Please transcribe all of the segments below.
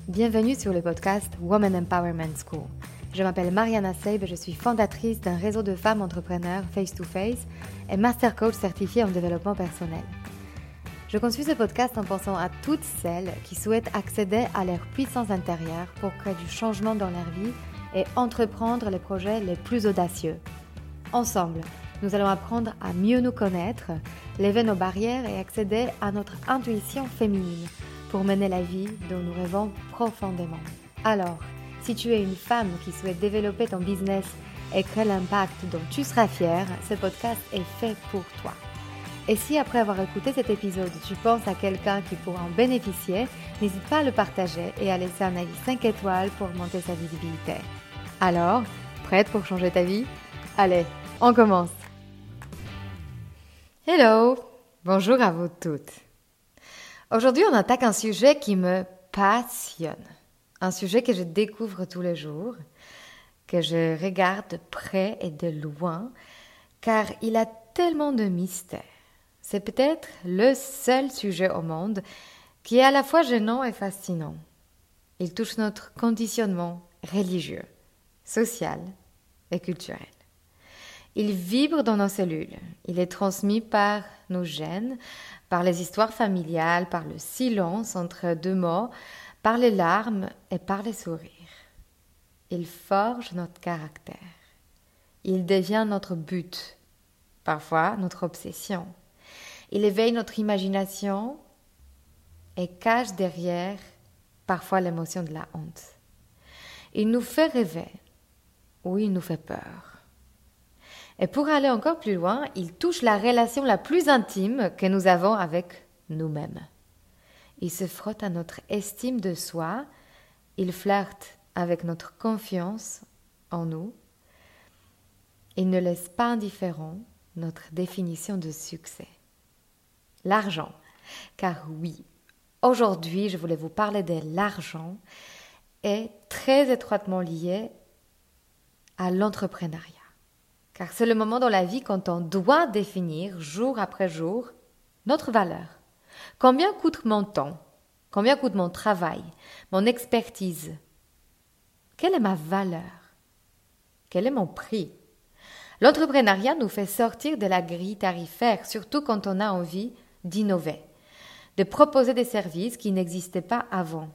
Bienvenue sur le podcast Women Empowerment School. Je m'appelle Mariana Seib et je suis fondatrice d'un réseau de femmes entrepreneurs face-to-face et master coach certifié en développement personnel. Je conçus ce podcast en pensant à toutes celles qui souhaitent accéder à leur puissance intérieure pour créer du changement dans leur vie et entreprendre les projets les plus audacieux. Ensemble, nous allons apprendre à mieux nous connaître, lever nos barrières et accéder à notre intuition féminine pour mener la vie dont nous rêvons profondément. Alors, si tu es une femme qui souhaite développer ton business et créer l'impact dont tu seras fière, ce podcast est fait pour toi. Et si après avoir écouté cet épisode, tu penses à quelqu'un qui pourra en bénéficier, n'hésite pas à le partager et à laisser un avis 5 étoiles pour augmenter sa visibilité. Alors, prête pour changer ta vie ? Allez, on commence. Hello, bonjour à vous toutes. Aujourd'hui, on attaque un sujet qui me passionne. Un sujet que je découvre tous les jours, que je regarde de près et de loin, car il a tellement de mystères. C'est peut-être le seul sujet au monde qui est à la fois gênant et fascinant. Il touche notre conditionnement religieux, social et culturel. Il vibre dans nos cellules. Il est transmis par nos gènes, par les histoires familiales, par le silence entre deux mots, par les larmes et par les sourires. Il forge notre caractère. Il devient notre but, parfois notre obsession. Il éveille notre imagination et cache derrière parfois l'émotion de la honte. Il nous fait rêver ou il nous fait peur. Et pour aller encore plus loin, il touche la relation la plus intime que nous avons avec nous-mêmes. Il se frotte à notre estime de soi, il flirte avec notre confiance en nous. Il ne laisse pas indifférent notre définition de succès. L'argent, car oui, aujourd'hui je voulais vous parler de l'argent, est très étroitement lié à l'entrepreneuriat. Car c'est le moment dans la vie quand on doit définir, jour après jour, notre valeur. Combien coûte mon temps ? Combien coûte mon travail ? Mon expertise ? Quelle est ma valeur ? Quel est mon prix ? L'entrepreneuriat nous fait sortir de la grille tarifaire, surtout quand on a envie d'innover, de proposer des services qui n'existaient pas avant.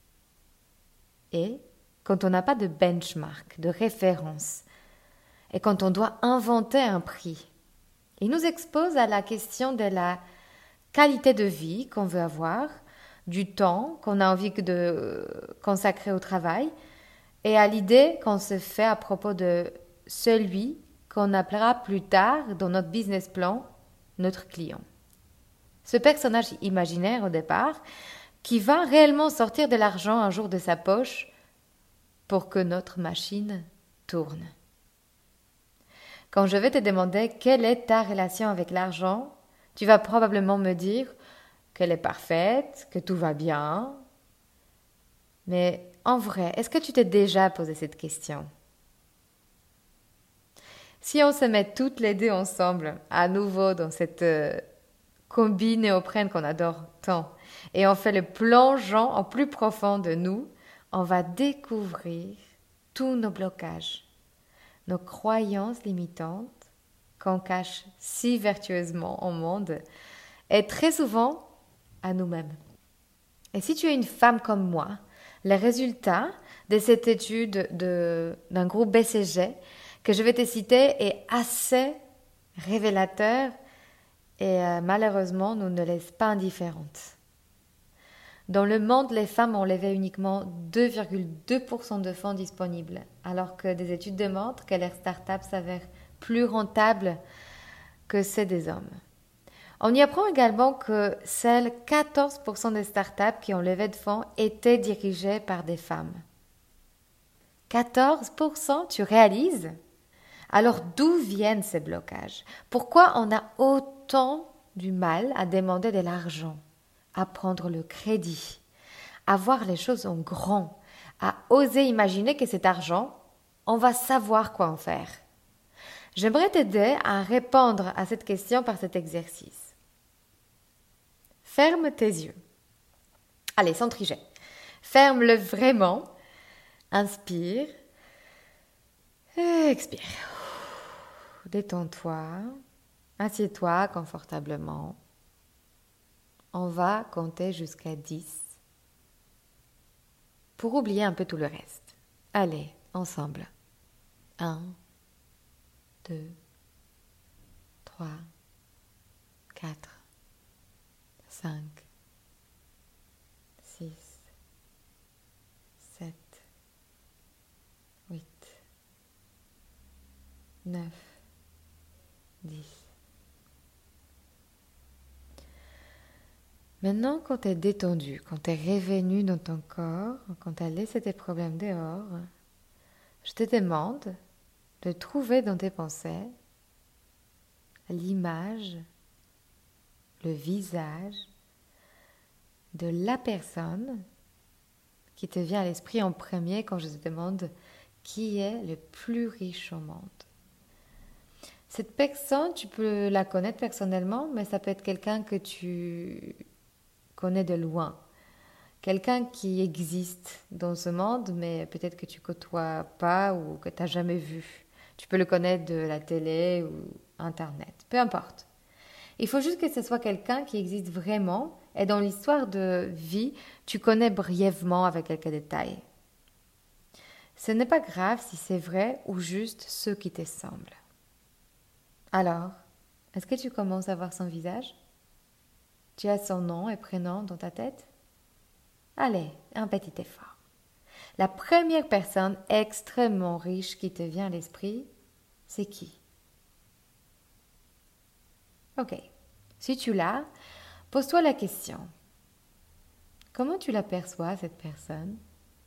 Et quand on n'a pas de benchmark, de référence, et quand on doit inventer un prix. Il nous expose à la question de la qualité de vie qu'on veut avoir, du temps qu'on a envie de consacrer au travail et à l'idée qu'on se fait à propos de celui qu'on appellera plus tard dans notre business plan notre client. Ce personnage imaginaire au départ qui va réellement sortir de l'argent un jour de sa poche pour que notre machine tourne. Quand je vais te demander quelle est ta relation avec l'argent, tu vas probablement me dire qu'elle est parfaite, que tout va bien. Mais en vrai, est-ce que tu t'es déjà posé cette question ? Si on se met toutes les deux ensemble, à nouveau dans cette combi néoprène qu'on adore tant, et on fait le plongeon au plus profond de nous, on va découvrir tous nos blocages. Nos croyances limitantes qu'on cache si vertueusement au monde et très souvent à nous-mêmes. Et si tu es une femme comme moi, les résultats de cette étude d'un groupe BCG que je vais te citer est assez révélateur et malheureusement nous ne laisse pas indifférentes. Dans le monde, les femmes ont levé uniquement 2,2% de fonds disponibles, alors que des études démontrent que leurs startups s'avèrent plus rentables que celles des hommes. On y apprend également que seuls 14% des startups qui ont levé de fonds étaient dirigées par des femmes. 14%, tu réalises ? Alors d'où viennent ces blocages ? Pourquoi on a autant du mal à demander de l'argent ? À prendre le crédit, à voir les choses en grand, à oser imaginer que cet argent, on va savoir quoi en faire. J'aimerais t'aider à répondre à cette question par cet exercice. Ferme tes yeux. Allez, sans tricher. Ferme-le vraiment. Inspire. Expire. Détends-toi. Assieds-toi confortablement. On va compter jusqu'à 10 pour oublier un peu tout le reste. Allez, ensemble. 1, 2, 3, 4, 5, 6, 7, 8, 9, 10. Maintenant, quand tu es détendu, quand tu es revenu dans ton corps, quand tu as laissé tes problèmes dehors, je te demande de trouver dans tes pensées l'image, le visage de la personne qui te vient à l'esprit en premier quand je te demande qui est le plus riche au monde. Cette personne, tu peux la connaître personnellement, mais ça peut être quelqu'un que tu connais de loin. Quelqu'un qui existe dans ce monde, mais peut-être que tu côtoies pas ou que tu n'as jamais vu. Tu peux le connaître de la télé ou Internet, peu importe. Il faut juste que ce soit quelqu'un qui existe vraiment et dans l'histoire de vie, tu connais brièvement avec quelques détails. Ce n'est pas grave si c'est vrai ou juste ce qui te semble. Alors, est-ce que tu commences à voir son visage? Tu as son nom et prénom dans ta tête? Allez, un petit effort. La première personne extrêmement riche qui te vient à l'esprit, c'est qui? Ok. Si tu l'as, pose-toi la question. Comment tu l'aperçois, cette personne?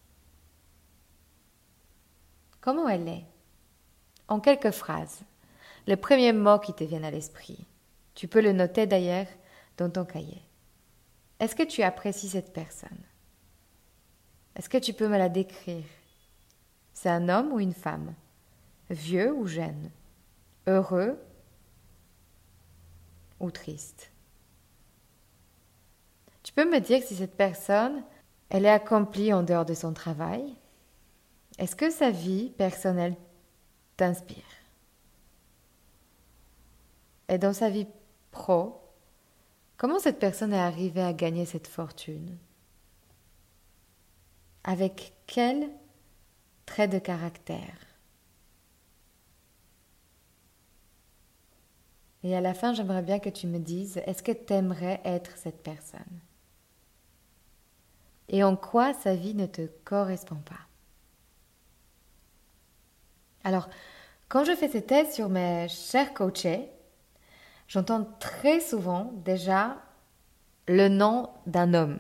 Comment elle est? En quelques phrases. Le premier mot qui te vient à l'esprit. Tu peux le noter d'ailleurs dans ton cahier. Est-ce que tu apprécies cette personne? Est-ce que tu peux me la décrire? C'est un homme ou une femme? Vieux ou jeune? Heureux ou triste? Tu peux me dire si cette personne, elle est accomplie en dehors de son travail? Est-ce que sa vie personnelle t'inspire? Et dans sa vie pro, comment cette personne est arrivée à gagner cette fortune? Avec quel trait de caractère? Et à la fin, j'aimerais bien que tu me dises, est-ce que tu aimerais être cette personne? Et en quoi sa vie ne te correspond pas? Alors, quand je fais ces tests sur mes chers coachés, j'entends très souvent déjà le nom d'un homme.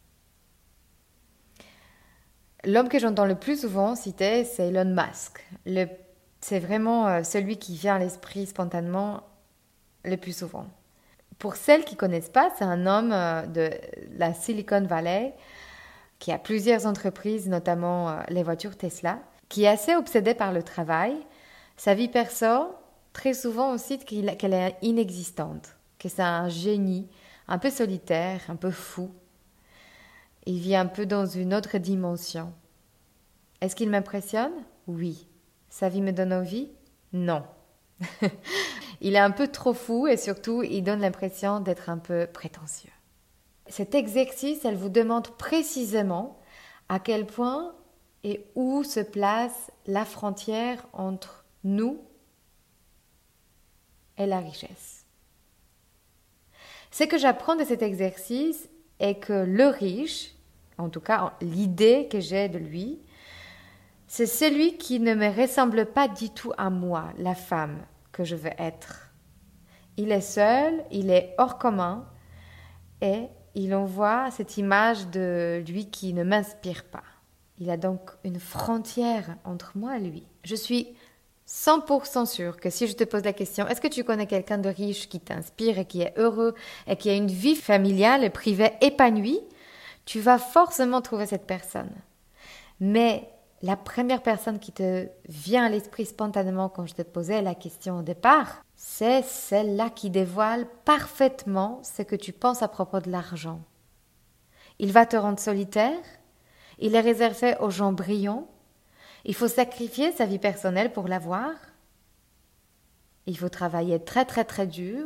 L'homme que j'entends le plus souvent citer, c'est Elon Musk. C'est vraiment celui qui vient à l'esprit spontanément le plus souvent. Pour celles qui ne connaissent pas, c'est un homme de la Silicon Valley qui a plusieurs entreprises, notamment les voitures Tesla, qui est assez obsédé par le travail. Sa vie perso, très souvent aussi qu'elle est inexistante, que c'est un génie, un peu solitaire, un peu fou. Il vit un peu dans une autre dimension. Est-ce qu'il m'impressionne? Oui. Sa vie me donne envie? Non. Il est un peu trop fou et surtout, il donne l'impression d'être un peu prétentieux. Cet exercice, elle vous demande précisément à quel point et où se place la frontière entre nous et la richesse. Ce que j'apprends de cet exercice est que le riche, en tout cas l'idée que j'ai de lui, c'est celui qui ne me ressemble pas du tout à moi, la femme que je veux être. Il est seul, il est hors commun et il envoie cette image de lui qui ne m'inspire pas. Il a donc une frontière entre moi et lui. Je suis 100% sûre que si je te pose la question, est-ce que tu connais quelqu'un de riche qui t'inspire et qui est heureux et qui a une vie familiale et privée épanouie, tu vas forcément trouver cette personne. Mais la première personne qui te vient à l'esprit spontanément quand je te posais la question au départ, c'est celle-là qui dévoile parfaitement ce que tu penses à propos de l'argent. Il va te rendre solitaire, Il est réservé aux gens brillants. Il faut sacrifier sa vie personnelle pour l'avoir. Il faut travailler très très très dur.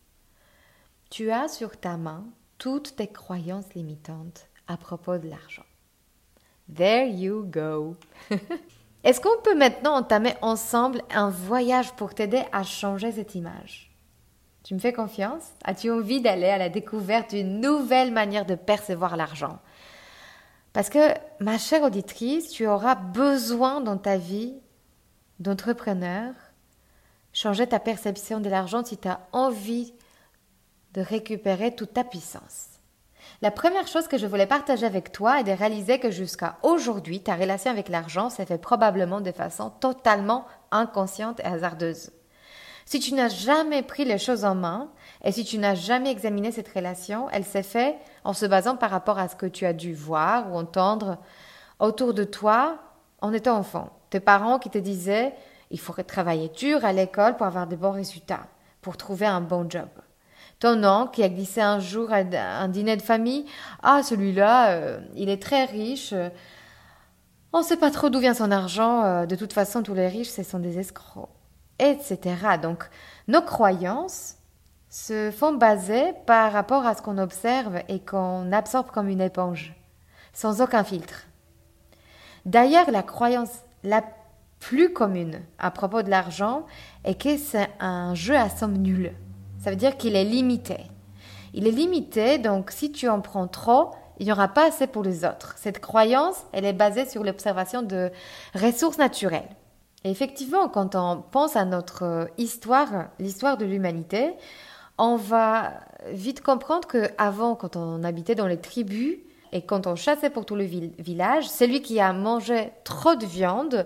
Tu as sur ta main toutes tes croyances limitantes à propos de l'argent. There you go. Est-ce qu'on peut maintenant entamer ensemble un voyage pour t'aider à changer cette image? Tu me fais confiance? As-tu envie d'aller à la découverte d'une nouvelle manière de percevoir l'argent? Parce que, ma chère auditrice, tu auras besoin dans ta vie d'entrepreneur changer ta perception de l'argent si tu as envie de récupérer toute ta puissance. La première chose que je voulais partager avec toi est de réaliser que jusqu'à aujourd'hui, ta relation avec l'argent s'est faite probablement de façon totalement inconsciente et hasardeuse. Si tu n'as jamais pris les choses en main et si tu n'as jamais examiné cette relation, elle s'est faite en se basant par rapport à ce que tu as dû voir ou entendre autour de toi en étant enfant. Tes parents qui te disaient « il faudrait travailler dur à l'école pour avoir de bons résultats, pour trouver un bon job ». Ton oncle qui a glissé un jour à un dîner de famille « ah, celui-là, il est très riche, on ne sait pas trop d'où vient son argent, de toute façon tous les riches ce sont des escrocs ». Etc. Donc, nos croyances se font baser par rapport à ce qu'on observe et qu'on absorbe comme une éponge, sans aucun filtre. D'ailleurs, la croyance la plus commune à propos de l'argent est que c'est un jeu à somme nulle. Ça veut dire qu'il est limité. Il est limité, donc si tu en prends trop, il n'y aura pas assez pour les autres. Cette croyance, elle est basée sur l'observation de ressources naturelles. Et effectivement, quand on pense à notre histoire, l'histoire de l'humanité, on va vite comprendre qu'avant, quand on habitait dans les tribus et quand on chassait pour tout le village, celui qui a mangé trop de viande,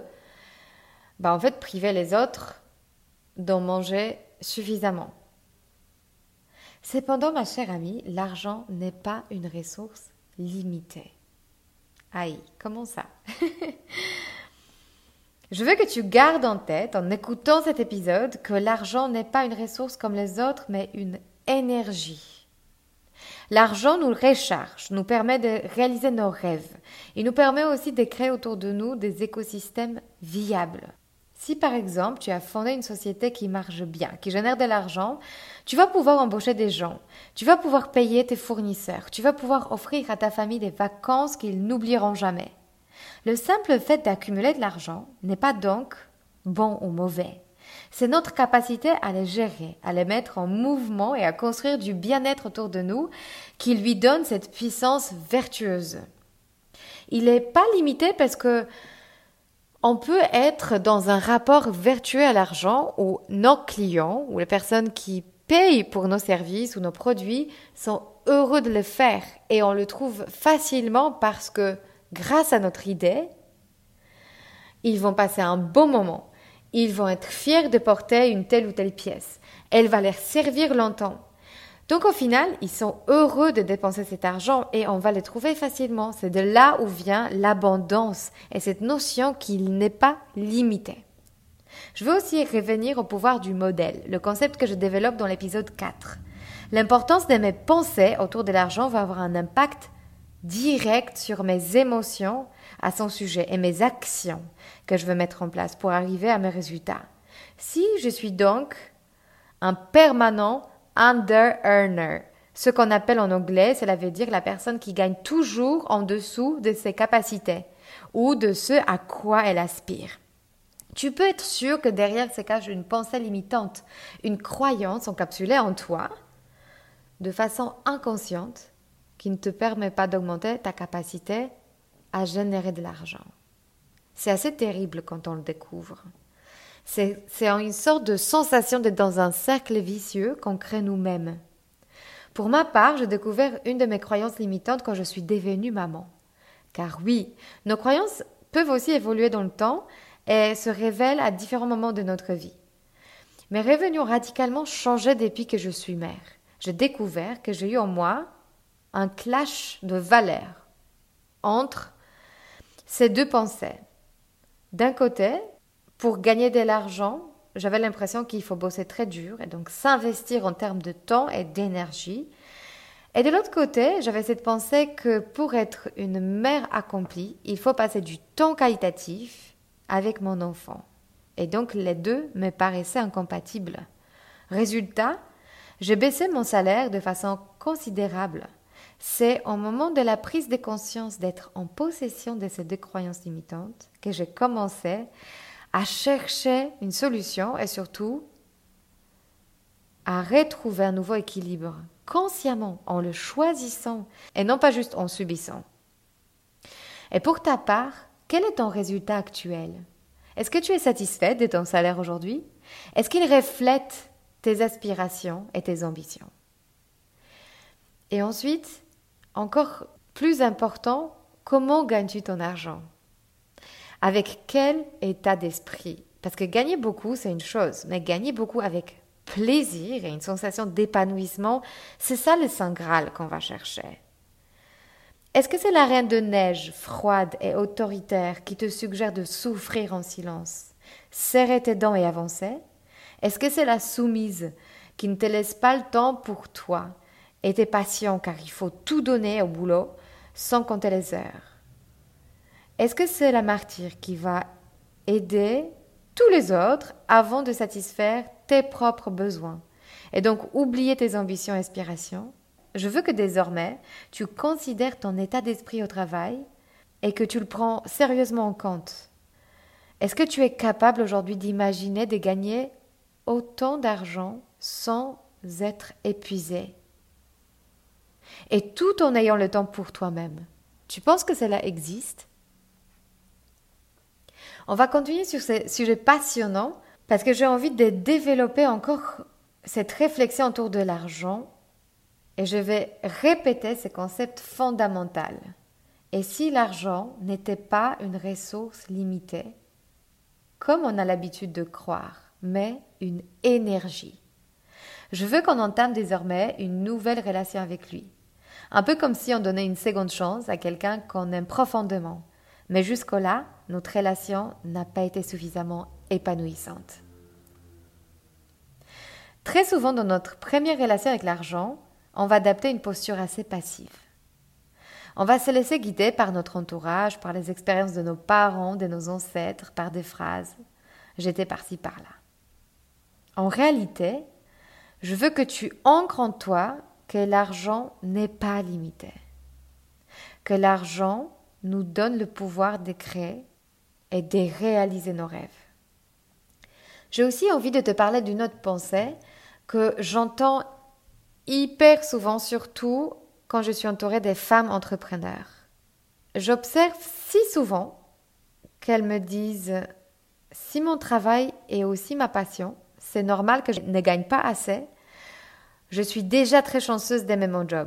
en fait, privait les autres d'en manger suffisamment. Cependant, ma chère amie, l'argent n'est pas une ressource limitée. Aïe, comment ça? Je veux que tu gardes en tête, en écoutant cet épisode, que l'argent n'est pas une ressource comme les autres, mais une énergie. L'argent nous recharge, nous permet de réaliser nos rêves. Il nous permet aussi de créer autour de nous des écosystèmes viables. Si par exemple, tu as fondé une société qui marche bien, qui génère de l'argent, tu vas pouvoir embaucher des gens, tu vas pouvoir payer tes fournisseurs, tu vas pouvoir offrir à ta famille des vacances qu'ils n'oublieront jamais. Le simple fait d'accumuler de l'argent n'est pas donc bon ou mauvais. C'est notre capacité à les gérer, à les mettre en mouvement et à construire du bien-être autour de nous qui lui donne cette puissance vertueuse. Il n'est pas limité parce que on peut être dans un rapport vertueux à l'argent où nos clients ou les personnes qui payent pour nos services ou nos produits sont heureux de le faire et on le trouve facilement parce que grâce à notre idée, ils vont passer un bon moment. Ils vont être fiers de porter une telle ou telle pièce. Elle va leur servir longtemps. Donc au final, ils sont heureux de dépenser cet argent et on va les trouver facilement. C'est de là où vient l'abondance et cette notion qu'il n'est pas limité. Je veux aussi revenir au pouvoir du modèle, le concept que je développe dans l'épisode 4. L'importance de mes pensées autour de l'argent va avoir un impact direct sur mes émotions à son sujet et mes actions que je veux mettre en place pour arriver à mes résultats. Si je suis donc un permanent under-earner, ce qu'on appelle en anglais, cela veut dire la personne qui gagne toujours en dessous de ses capacités ou de ce à quoi elle aspire. Tu peux être sûr que derrière se cache une pensée limitante, une croyance encapsulée en toi, de façon inconsciente, qui ne te permet pas d'augmenter ta capacité à générer de l'argent. C'est assez terrible quand on le découvre. C'est une sorte de sensation d'être dans un cercle vicieux qu'on crée nous-mêmes. Pour ma part, j'ai découvert une de mes croyances limitantes quand je suis devenue maman. Car oui, nos croyances peuvent aussi évoluer dans le temps et se révèlent à différents moments de notre vie. Mes revenus ont radicalement changé depuis que je suis mère. J'ai découvert que j'ai eu en moi un clash de valeurs entre ces deux pensées. D'un côté, pour gagner de l'argent, j'avais l'impression qu'il faut bosser très dur et donc s'investir en termes de temps et d'énergie. Et de l'autre côté, j'avais cette pensée que pour être une mère accomplie, il faut passer du temps qualitatif avec mon enfant. Et donc les deux me paraissaient incompatibles. Résultat, j'ai baissé mon salaire de façon considérable. C'est au moment de la prise de conscience d'être en possession de ces deux croyances limitantes que j'ai commencé à chercher une solution et surtout à retrouver un nouveau équilibre, consciemment, en le choisissant et non pas juste en subissant. Et pour ta part, quel est ton résultat actuel? Est-ce que tu es satisfaite de ton salaire aujourd'hui? Est-ce qu'il reflète tes aspirations et tes ambitions? Et ensuite, encore plus important, comment gagnes-tu ton argent? Avec quel état d'esprit? Parce que gagner beaucoup, c'est une chose, mais gagner beaucoup avec plaisir et une sensation d'épanouissement, c'est ça le Saint Graal qu'on va chercher. Est-ce que c'est la reine de neige, froide et autoritaire, qui te suggère de souffrir en silence, serrer tes dents et avancer? Est-ce que c'est la soumise qui ne te laisse pas le temps pour toi et tes passions car il faut tout donner au boulot sans compter les heures? Est-ce que c'est la martyre qui va aider tous les autres avant de satisfaire tes propres besoins et donc oublier tes ambitions et aspirations? Je veux que désormais tu considères ton état d'esprit au travail et que tu le prends sérieusement en compte. Est-ce que tu es capable aujourd'hui d'imaginer de gagner autant d'argent sans être épuisé et tout en ayant le temps pour toi-même? Tu penses que cela existe? On va continuer sur ce sujet passionnant parce que j'ai envie de développer encore cette réflexion autour de l'argent et je vais répéter ce concept fondamental. Et si l'argent n'était pas une ressource limitée, comme on a l'habitude de croire, mais une énergie? Je veux qu'on entame désormais une nouvelle relation avec lui. Un peu comme si on donnait une seconde chance à quelqu'un qu'on aime profondément. Mais jusque-là, notre relation n'a pas été suffisamment épanouissante. Très souvent, dans notre première relation avec l'argent, on va adapter une posture assez passive. On va se laisser guider par notre entourage, par les expériences de nos parents, de nos ancêtres, par des phrases « j'étais par-ci, par-là ». En réalité, je veux que tu ancres en toi que l'argent n'est pas limité, que l'argent nous donne le pouvoir de créer et de réaliser nos rêves. J'ai aussi envie de te parler d'une autre pensée que j'entends hyper souvent, surtout quand je suis entourée des femmes entrepreneurs. J'observe si souvent qu'elles me disent « si mon travail est aussi ma passion, c'est normal que je ne gagne pas assez. Je suis déjà très chanceuse d'aimer mon job. »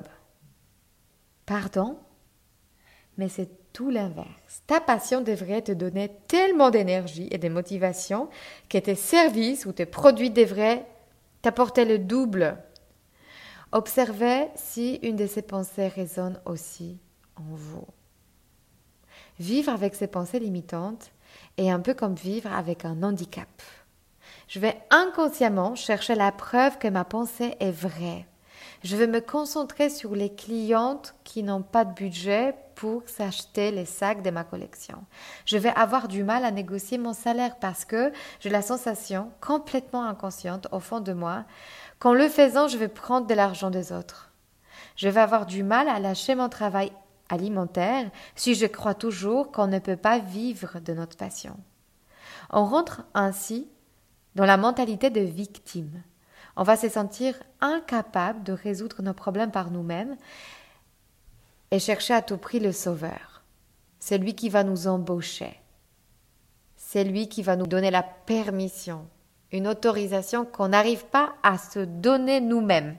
Pardon? Mais c'est tout l'inverse. Ta passion devrait te donner tellement d'énergie et de motivation que tes services ou tes produits devraient t'apporter le double. Observez si une de ces pensées résonne aussi en vous. Vivre avec ces pensées limitantes est un peu comme vivre avec un handicap. Je vais inconsciemment chercher la preuve que ma pensée est vraie. Je vais me concentrer sur les clientes qui n'ont pas de budget pour s'acheter les sacs de ma collection. Je vais avoir du mal à négocier mon salaire parce que j'ai la sensation complètement inconsciente au fond de moi qu'en le faisant, je vais prendre de l'argent des autres. Je vais avoir du mal à lâcher mon travail alimentaire si je crois toujours qu'on ne peut pas vivre de notre passion. On rentre ainsi dans la mentalité de victime. On va se sentir incapable de résoudre nos problèmes par nous-mêmes et chercher à tout prix le sauveur. C'est lui qui va nous embaucher. C'est lui qui va nous donner la permission, une autorisation qu'on n'arrive pas à se donner nous-mêmes.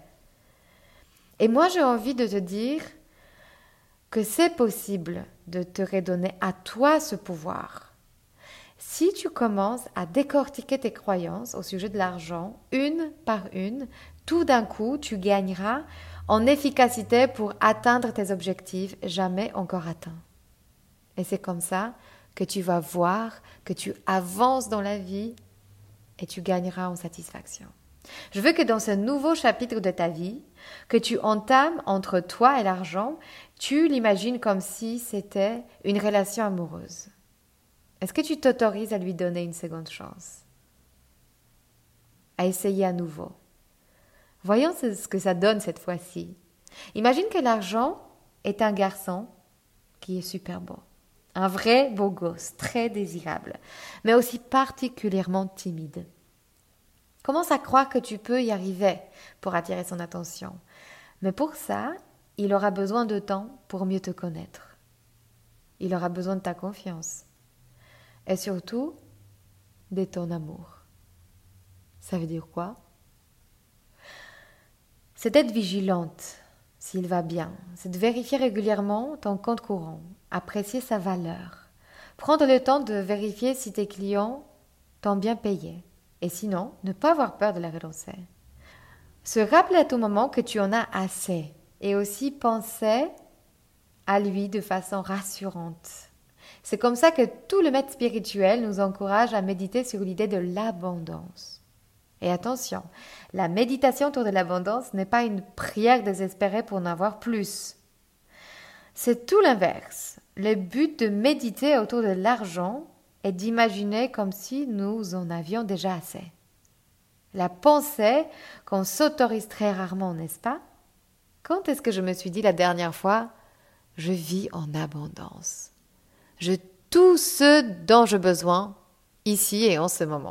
Et moi, j'ai envie de te dire que c'est possible de te redonner à toi ce pouvoir. Si tu commences à décortiquer tes croyances au sujet de l'argent, une par une, tout d'un coup, tu gagneras en efficacité pour atteindre tes objectifs jamais encore atteints. Et c'est comme ça que tu vas voir que tu avances dans la vie et tu gagneras en satisfaction. Je veux que dans ce nouveau chapitre de ta vie, que tu entames entre toi et l'argent, tu l'imagines comme si c'était une relation amoureuse. Est-ce que tu t'autorises à lui donner une seconde chance? À essayer à nouveau. Voyons ce que ça donne cette fois-ci. Imagine que l'argent est un garçon qui est super beau. Un vrai beau gosse, très désirable, mais aussi particulièrement timide. Commence à croire que tu peux y arriver pour attirer son attention. Mais pour ça, il aura besoin de temps pour mieux te connaître. Il aura besoin de ta confiance. Et surtout, de ton amour. Ça veut dire quoi? C'est d'être vigilante s'il va bien. C'est de vérifier régulièrement ton compte courant, apprécier sa valeur. Prendre le temps de vérifier si tes clients t'ont bien payé. Et sinon, ne pas avoir peur de la relancer. Se rappeler à tout moment que tu en as assez. Et aussi penser à lui de façon rassurante. C'est comme ça que tout le maître spirituel nous encourage à méditer sur l'idée de l'abondance. Et attention, la méditation autour de l'abondance n'est pas une prière désespérée pour en avoir plus. C'est tout l'inverse. Le but de méditer autour de l'argent est d'imaginer comme si nous en avions déjà assez. La pensée qu'on s'autorise très rarement, n'est-ce pas? Quand est-ce que je me suis dit la dernière fois « Je vis en abondance. J'ai tout ce dont j'ai besoin, ici et en ce moment. »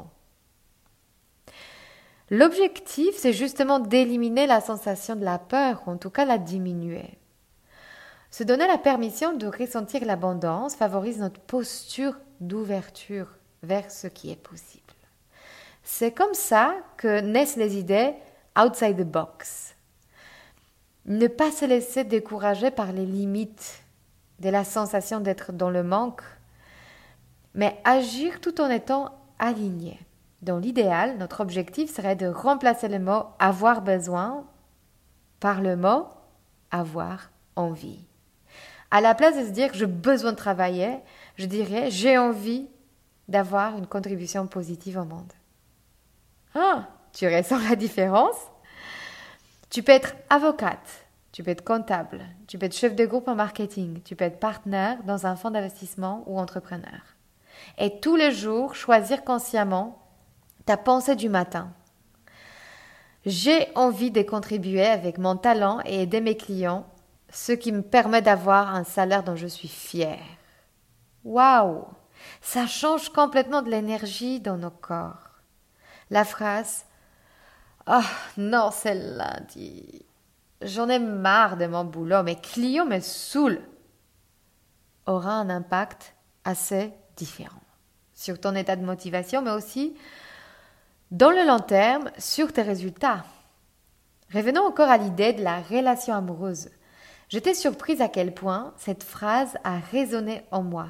L'objectif, c'est justement d'éliminer la sensation de la peur, ou en tout cas la diminuer. Se donner la permission de ressentir l'abondance favorise notre posture d'ouverture vers ce qui est possible. C'est comme ça que naissent les idées outside the box. Ne pas se laisser décourager par les limites de la sensation d'être dans le manque, mais agir tout en étant aligné. Dans l'idéal, notre objectif serait de remplacer le mot « avoir besoin » par le mot « avoir envie ». À la place de se dire « j'ai besoin de travailler », je dirais « j'ai envie d'avoir une contribution positive au monde ». Ah, tu ressens la différence? Tu peux être avocate, tu peux être comptable, tu peux être chef de groupe en marketing, tu peux être partenaire dans un fonds d'investissement ou entrepreneur. Et tous les jours, choisir consciemment ta pensée du matin. J'ai envie de contribuer avec mon talent et aider mes clients, ce qui me permet d'avoir un salaire dont je suis fière. Waouh! Ça change complètement de l'énergie dans nos corps. La phrase « Oh non, c'est lundi. J'en ai marre de mon boulot, mes clients me saoulent » aura un impact assez différent sur ton état de motivation, mais aussi dans le long terme sur tes résultats. Revenons encore à l'idée de la relation amoureuse. J'étais surprise à quel point cette phrase a résonné en moi.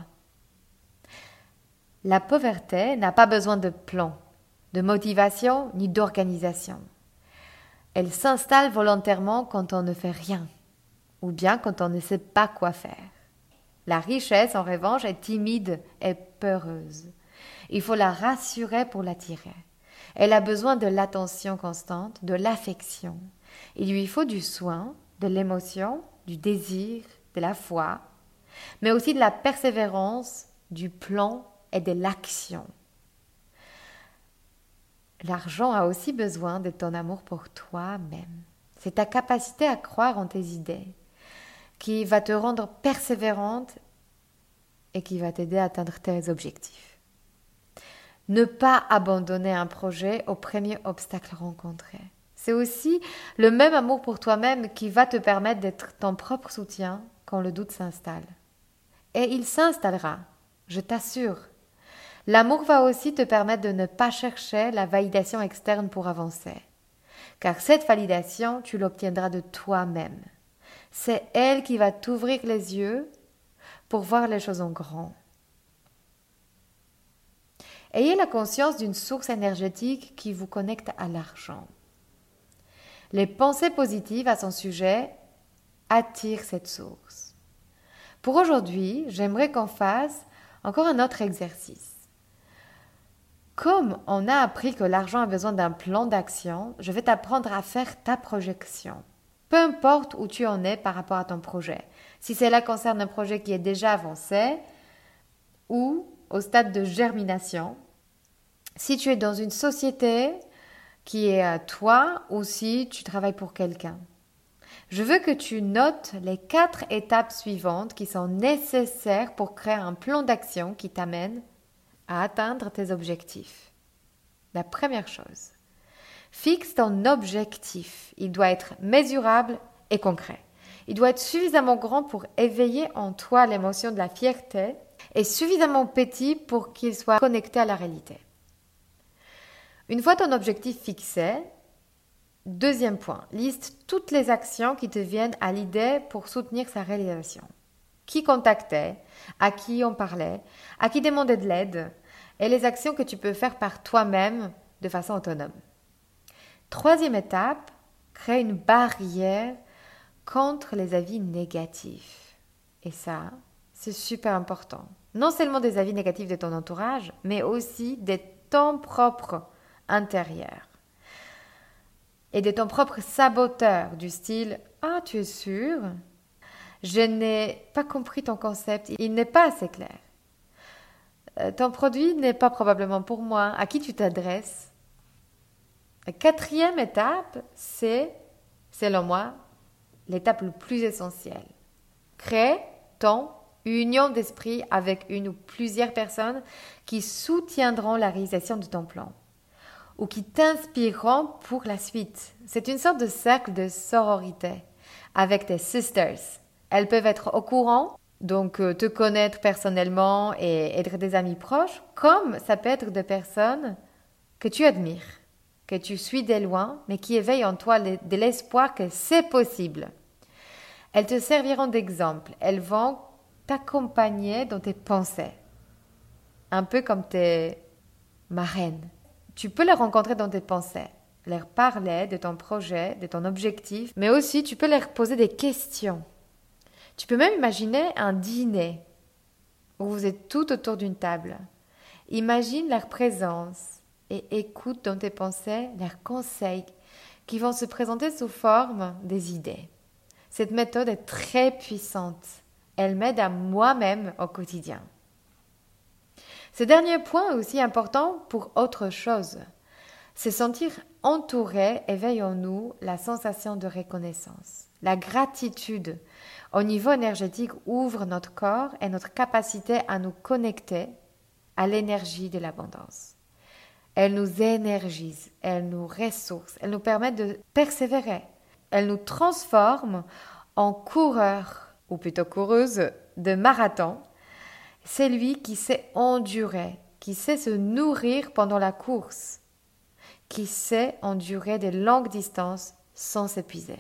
La pauvreté n'a pas besoin de plan, de motivation ni d'organisation. Elle s'installe volontairement quand on ne fait rien, ou bien quand on ne sait pas quoi faire. La richesse, en revanche, est timide et peureuse. Il faut la rassurer pour l'attirer. Elle a besoin de l'attention constante, de l'affection. Il lui faut du soin, de l'émotion, du désir, de la foi, mais aussi de la persévérance, du plan et de l'action. L'argent a aussi besoin de ton amour pour toi-même. C'est ta capacité à croire en tes idées qui va te rendre persévérante et qui va t'aider à atteindre tes objectifs. Ne pas abandonner un projet au premier obstacle rencontré. C'est aussi le même amour pour toi-même qui va te permettre d'être ton propre soutien quand le doute s'installe. Et il s'installera, je t'assure. L'amour va aussi te permettre de ne pas chercher la validation externe pour avancer. Car cette validation, tu l'obtiendras de toi-même. C'est elle qui va t'ouvrir les yeux pour voir les choses en grand. Ayez la conscience d'une source énergétique qui vous connecte à l'argent. Les pensées positives à son sujet attirent cette source. Pour aujourd'hui, j'aimerais qu'on fasse encore un autre exercice. Comme on a appris que l'argent a besoin d'un plan d'action, je vais t'apprendre à faire ta projection. Peu importe où tu en es par rapport à ton projet. Si cela concerne un projet qui est déjà avancé ou au stade de germination, si tu es dans une société qui est à toi ou si tu travailles pour quelqu'un. Je veux que tu notes les 4 étapes suivantes qui sont nécessaires pour créer un plan d'action qui t'amène à atteindre tes objectifs. La première chose, fixe ton objectif. Il doit être mesurable et concret. Il doit être suffisamment grand pour éveiller en toi l'émotion de la fierté et suffisamment petit pour qu'il soit connecté à la réalité. Une fois ton objectif fixé, deuxième point, liste toutes les actions qui te viennent à l'idée pour soutenir sa réalisation. Qui contacter, à qui on parlait, à qui demander de l'aide et les actions que tu peux faire par toi-même de façon autonome. Troisième étape, crée une barrière contre les avis négatifs. Et ça, c'est super important. Non seulement des avis négatifs de ton entourage, mais aussi de ton propre intérieur. Et de ton propre saboteur du style « Ah, tu es sûr ? Je n'ai pas compris ton concept, il n'est pas assez clair. Ton produit n'est pas probablement pour moi. À qui tu t'adresses ?» La quatrième étape, c'est, selon moi, l'étape la plus essentielle. Crée ton union d'esprit avec une ou plusieurs personnes qui soutiendront la réalisation de ton plan ou qui t'inspireront pour la suite. C'est une sorte de cercle de sororité avec tes sisters. Elles peuvent être au courant, donc te connaître personnellement et être des amis proches, comme ça peut être des personnes que tu admires, que tu suis de loin, mais qui éveillent en toi de l'espoir que c'est possible. Elles te serviront d'exemple. Elles vont t'accompagner dans tes pensées. Un peu comme tes marraines. Tu peux les rencontrer dans tes pensées, leur parler de ton projet, de ton objectif, mais aussi tu peux leur poser des questions. Tu peux même imaginer un dîner où vous êtes tout autour d'une table. Imagine leur présence et écoute dans tes pensées leurs conseils qui vont se présenter sous forme des idées. Cette méthode est très puissante. Elle m'aide à moi-même au quotidien. Ce dernier point est aussi important pour autre chose. Se sentir entouré éveille en nous la sensation de reconnaissance. La gratitude au niveau énergétique ouvre notre corps et notre capacité à nous connecter à l'énergie de l'abondance. Elle nous énergise, elle nous ressource, elle nous permet de persévérer. Elle nous transforme en coureurs, ou plutôt coureuses, de marathon. C'est lui qui sait endurer, qui sait se nourrir pendant la course, qui sait endurer de longues distances sans s'épuiser.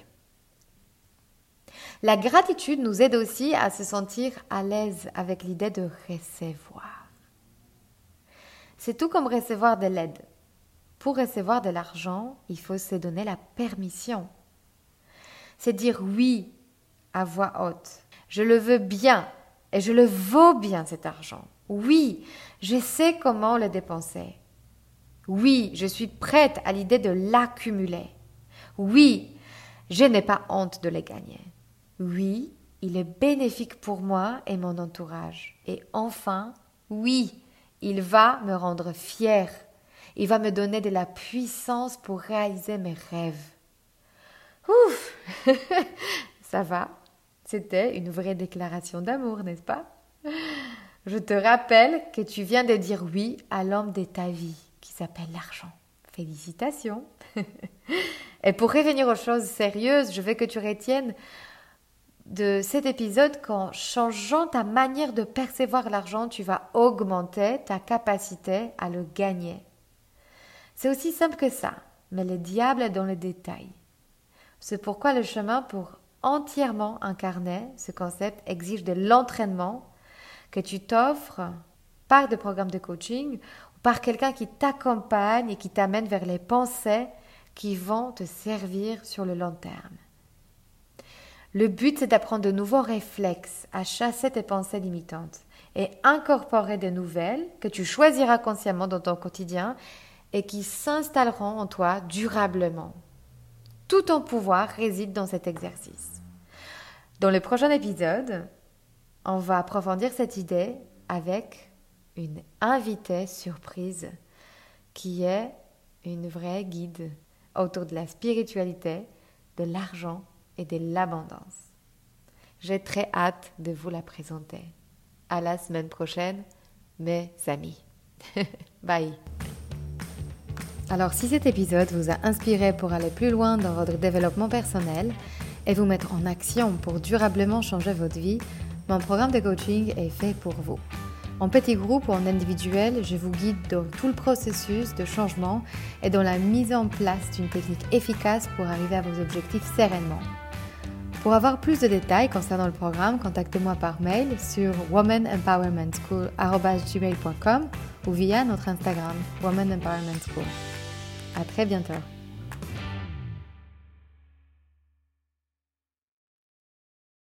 La gratitude nous aide aussi à se sentir à l'aise avec l'idée de recevoir. C'est tout comme recevoir de l'aide. Pour recevoir de l'argent, il faut se donner la permission. C'est dire oui à voix haute. Je le veux bien et je le vaux bien cet argent. Oui, je sais comment le dépenser. Oui, je suis prête à l'idée de l'accumuler. Oui, je n'ai pas honte de les gagner. Oui, il est bénéfique pour moi et mon entourage. Et enfin, oui, il va me rendre fière. Il va me donner de la puissance pour réaliser mes rêves. Ouf, ça va. C'était une vraie déclaration d'amour, n'est-ce pas? Je te rappelle que tu viens de dire oui à l'homme de ta vie, qui s'appelle l'argent. Félicitations. Et pour revenir aux choses sérieuses, je veux que tu retiennes de cet épisode qu'en changeant ta manière de percevoir l'argent, tu vas augmenter ta capacité à le gagner. C'est aussi simple que ça, mais le diable est dans les détails. C'est pourquoi le chemin pour entièrement incarner ce concept exige de l'entraînement que tu t'offres par des programmes de coaching ou par quelqu'un qui t'accompagne et qui t'amène vers les pensées qui vont te servir sur le long terme. Le but, c'est d'apprendre de nouveaux réflexes à chasser tes pensées limitantes et incorporer de nouvelles que tu choisiras consciemment dans ton quotidien et qui s'installeront en toi durablement. Tout ton pouvoir réside dans cet exercice. Dans le prochain épisode, on va approfondir cette idée avec une invitée surprise qui est une vraie guide autour de la spiritualité, de l'argent et de l'abondance. J'ai très hâte de vous la présenter. À la semaine prochaine, mes amis. Bye. Alors, si cet épisode vous a inspiré pour aller plus loin dans votre développement personnel et vous mettre en action pour durablement changer votre vie, mon programme de coaching est fait pour vous. En petit groupe ou en individuel, je vous guide dans tout le processus de changement et dans la mise en place d'une technique efficace pour arriver à vos objectifs sereinement. Pour avoir plus de détails concernant le programme, contactez-moi par mail sur womanempowermentschool@gmail.com ou via notre Instagram Woman Empowerment School. À très bientôt.